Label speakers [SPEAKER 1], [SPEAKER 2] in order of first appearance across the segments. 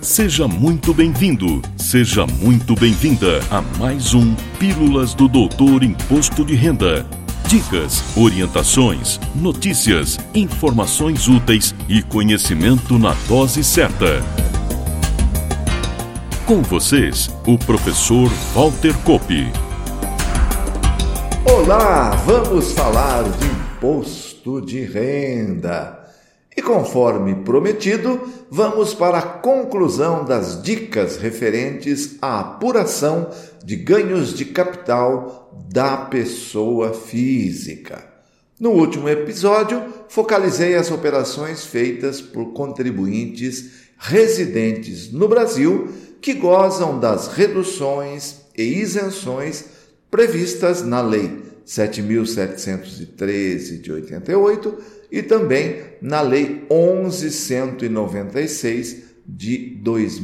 [SPEAKER 1] Seja muito bem-vindo, seja muito bem-vinda a mais um Pílulas do Doutor Imposto de Renda. Dicas, orientações, notícias, informações úteis e conhecimento na dose certa. Com vocês, o professor Walter Coppi.
[SPEAKER 2] Olá, vamos falar de imposto de renda. E conforme prometido, vamos para a conclusão das dicas referentes à apuração de ganhos de capital da pessoa física. No último episódio, focalizei as operações feitas por contribuintes residentes no Brasil que gozam das reduções e isenções previstas na Lei 7.713 de 88 e também na Lei 11.196 de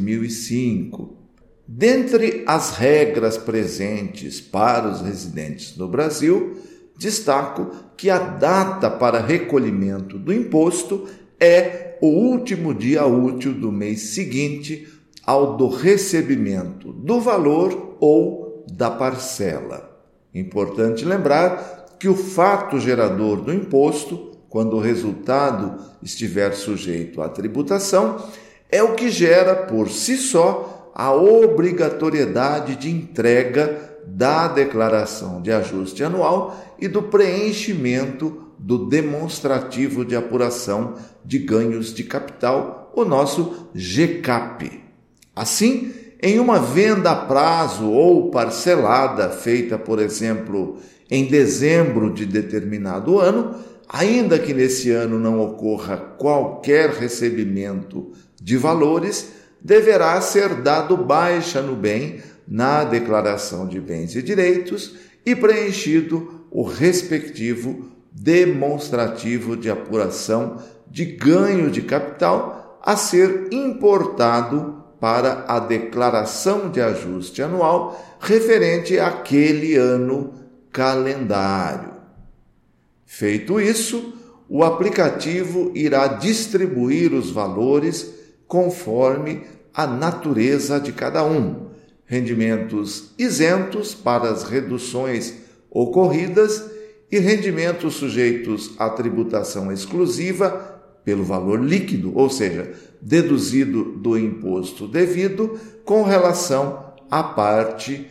[SPEAKER 2] 2005. Dentre as regras presentes para os residentes no Brasil, destaco que a data para recolhimento do imposto é o último dia útil do mês seguinte ao do recebimento do valor ou da parcela. Importante lembrar que o fato gerador do imposto, quando o resultado estiver sujeito à tributação, é o que gera por si só a obrigatoriedade de entrega da declaração de ajuste anual e do preenchimento do demonstrativo de apuração de ganhos de capital, o nosso GCAP. Assim, em uma venda a prazo ou parcelada feita, por exemplo, em dezembro de determinado ano, ainda que nesse ano não ocorra qualquer recebimento de valores, deverá ser dado baixa no bem na declaração de bens e direitos e preenchido o respectivo demonstrativo de apuração de ganho de capital a ser importado para a declaração de ajuste anual referente àquele ano calendário. Feito isso, o aplicativo irá distribuir os valores conforme a natureza de cada um. Rendimentos isentos para as reduções ocorridas e rendimentos sujeitos à tributação exclusiva pelo valor líquido, ou seja, deduzido do imposto devido com relação à parte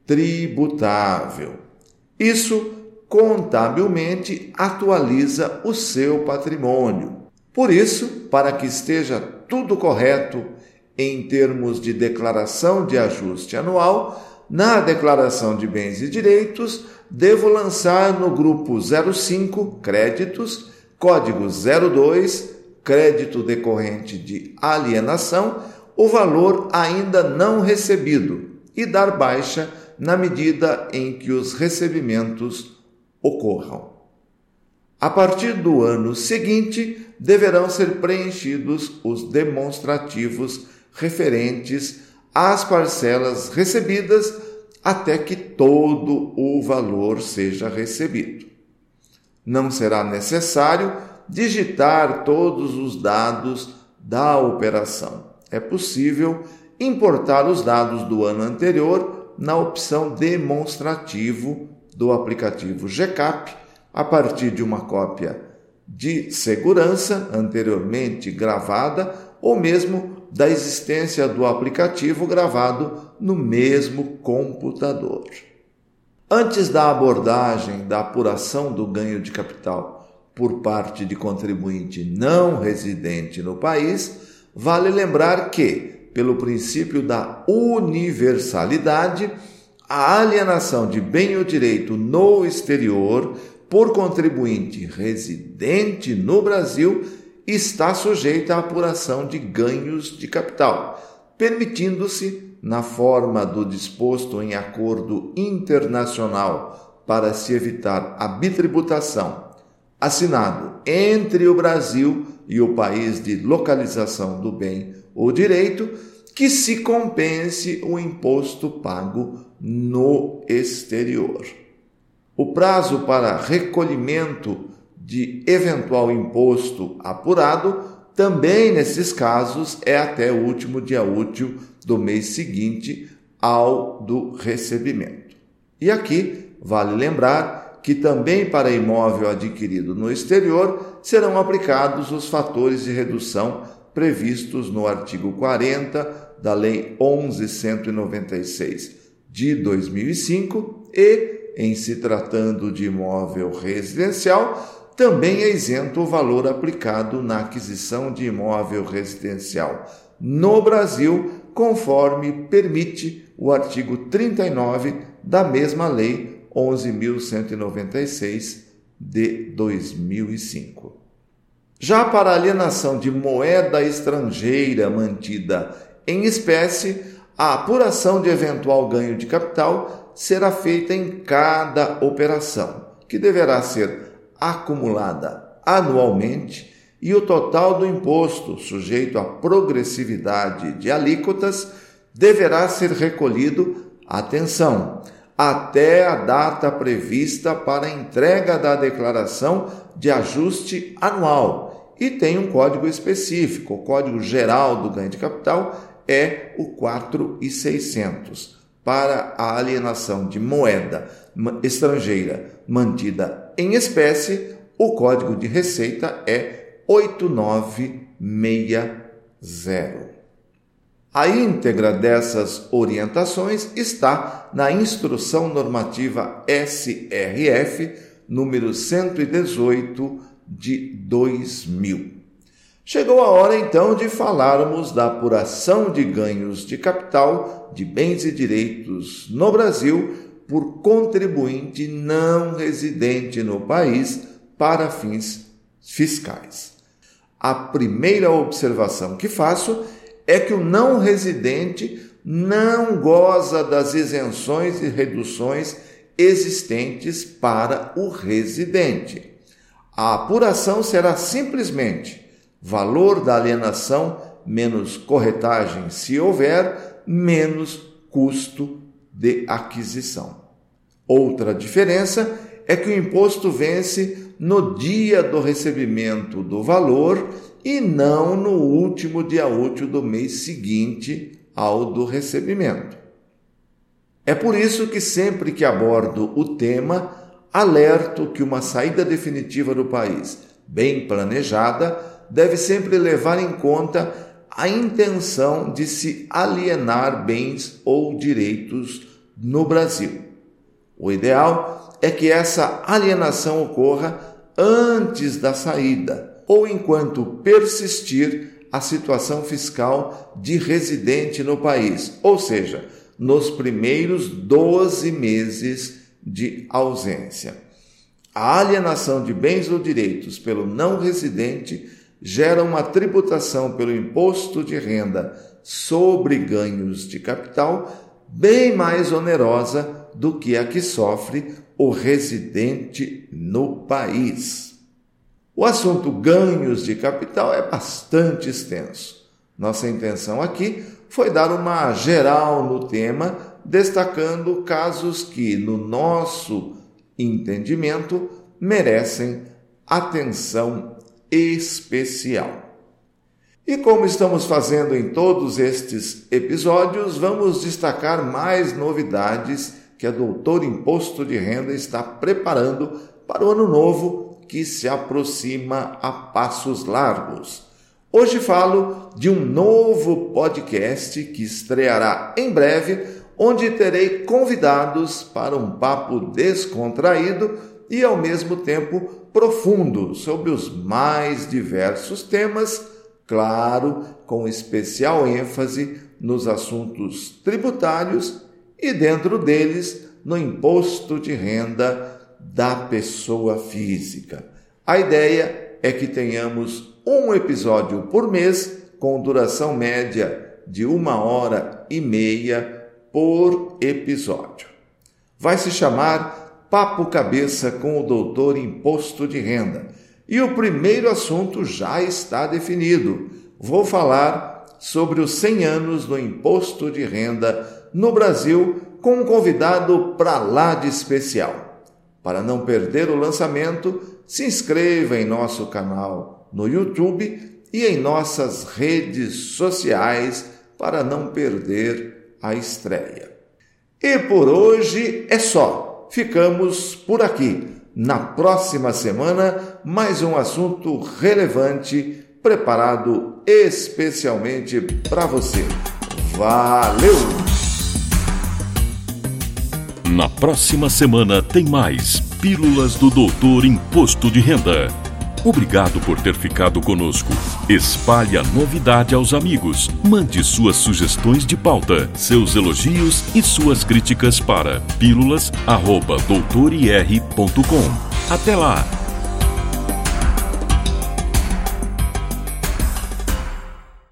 [SPEAKER 2] tributável. Isso contabilmente atualiza o seu patrimônio. Por isso, para que esteja tudo correto em termos de declaração de ajuste anual, na declaração de bens e direitos, devo lançar no grupo 05 créditos, código 02, crédito decorrente de alienação, o valor ainda não recebido e dar baixa na medida em que os recebimentos ocorram. A partir do ano seguinte, deverão ser preenchidos os demonstrativos referentes às parcelas recebidas até que todo o valor seja recebido. Não será necessário digitar todos os dados da operação. É possível importar os dados do ano anterior na opção demonstrativo do aplicativo GCAP, a partir de uma cópia de segurança anteriormente gravada ou mesmo da existência do aplicativo gravado no mesmo computador. Antes da abordagem da apuração do ganho de capital por parte de contribuinte não residente no país, vale lembrar que, pelo princípio da universalidade, a alienação de bem ou direito no exterior por contribuinte residente no Brasil está sujeita à apuração de ganhos de capital, permitindo-se, na forma do disposto em acordo internacional para se evitar a bitributação, assinado entre o Brasil e o país de localização do bem ou direito, que se compense o imposto pago no exterior. O prazo para recolhimento de eventual imposto apurado também nesses casos é até o último dia útil do mês seguinte ao do recebimento. E aqui vale lembrar que também para imóvel adquirido no exterior serão aplicados os fatores de redução previstos no artigo 40 da Lei 11.196 de 2005 e, em se tratando de imóvel residencial, também é isento o valor aplicado na aquisição de imóvel residencial no Brasil, conforme permite o artigo 39 da mesma Lei 11.196 de 2005. Já para a alienação de moeda estrangeira mantida em espécie, a apuração de eventual ganho de capital será feita em cada operação, que deverá ser acumulada anualmente, e o total do imposto, sujeito à progressividade de alíquotas, deverá ser recolhido, atenção, até a data prevista para a entrega da declaração de ajuste anual, e tem um código específico. O Código Geral do Ganho de Capital é o 4.600. Para a alienação de moeda estrangeira mantida em espécie, o Código de Receita é 8960. A íntegra dessas orientações está na Instrução Normativa SRF número 118 de 2000. Chegou a hora, então, de falarmos da apuração de ganhos de capital, de bens e direitos no Brasil por contribuinte não residente no país para fins fiscais. A primeira observação que faço é que o não residente não goza das isenções e reduções existentes para o residente. A apuração será simplesmente valor da alienação menos corretagem, se houver, menos custo de aquisição. Outra diferença é que o imposto vence no dia do recebimento do valor e não no último dia útil do mês seguinte ao do recebimento. É por isso que sempre que abordo o tema, alerto que uma saída definitiva do país, bem planejada, deve sempre levar em conta a intenção de se alienar bens ou direitos no Brasil. O ideal é que essa alienação ocorra antes da saída ou enquanto persistir a situação fiscal de residente no país, ou seja, nos primeiros 12 meses de ausência. A alienação de bens ou direitos pelo não residente gera uma tributação pelo imposto de renda sobre ganhos de capital bem mais onerosa do que a que sofre o residente no país. O assunto ganhos de capital é bastante extenso. Nossa intenção aqui foi dar uma geral no tema, destacando casos que, no nosso entendimento, merecem atenção especial. E como estamos fazendo em todos estes episódios, vamos destacar mais novidades que a Doutor Imposto de Renda está preparando para o ano novo que se aproxima a passos largos. Hoje falo de um novo podcast que estreará em breve, onde terei convidados para um papo descontraído e, ao mesmo tempo, profundo sobre os mais diversos temas, claro, com especial ênfase nos assuntos tributários e, dentro deles, no imposto de renda da pessoa física. A ideia é que tenhamos um episódio por mês, com duração média de 1h30 por episódio. Vai se chamar Papo Cabeça com o Doutor Imposto de Renda. E o primeiro assunto já está definido. Vou falar sobre os 100 anos do imposto de renda no Brasil, com um convidado pra lá de especial. Para não perder o lançamento, se inscreva em nosso canal no YouTube e em nossas redes sociais para não perder a estreia. E por hoje é só. Ficamos por aqui. Na próxima semana, mais um assunto relevante preparado especialmente para você. Valeu!
[SPEAKER 1] Na próxima semana tem mais Pílulas do Doutor Imposto de Renda. Obrigado por ter ficado conosco. Espalhe a novidade aos amigos. Mande suas sugestões de pauta, seus elogios e suas críticas para pílulas@doutorir.com. Até lá!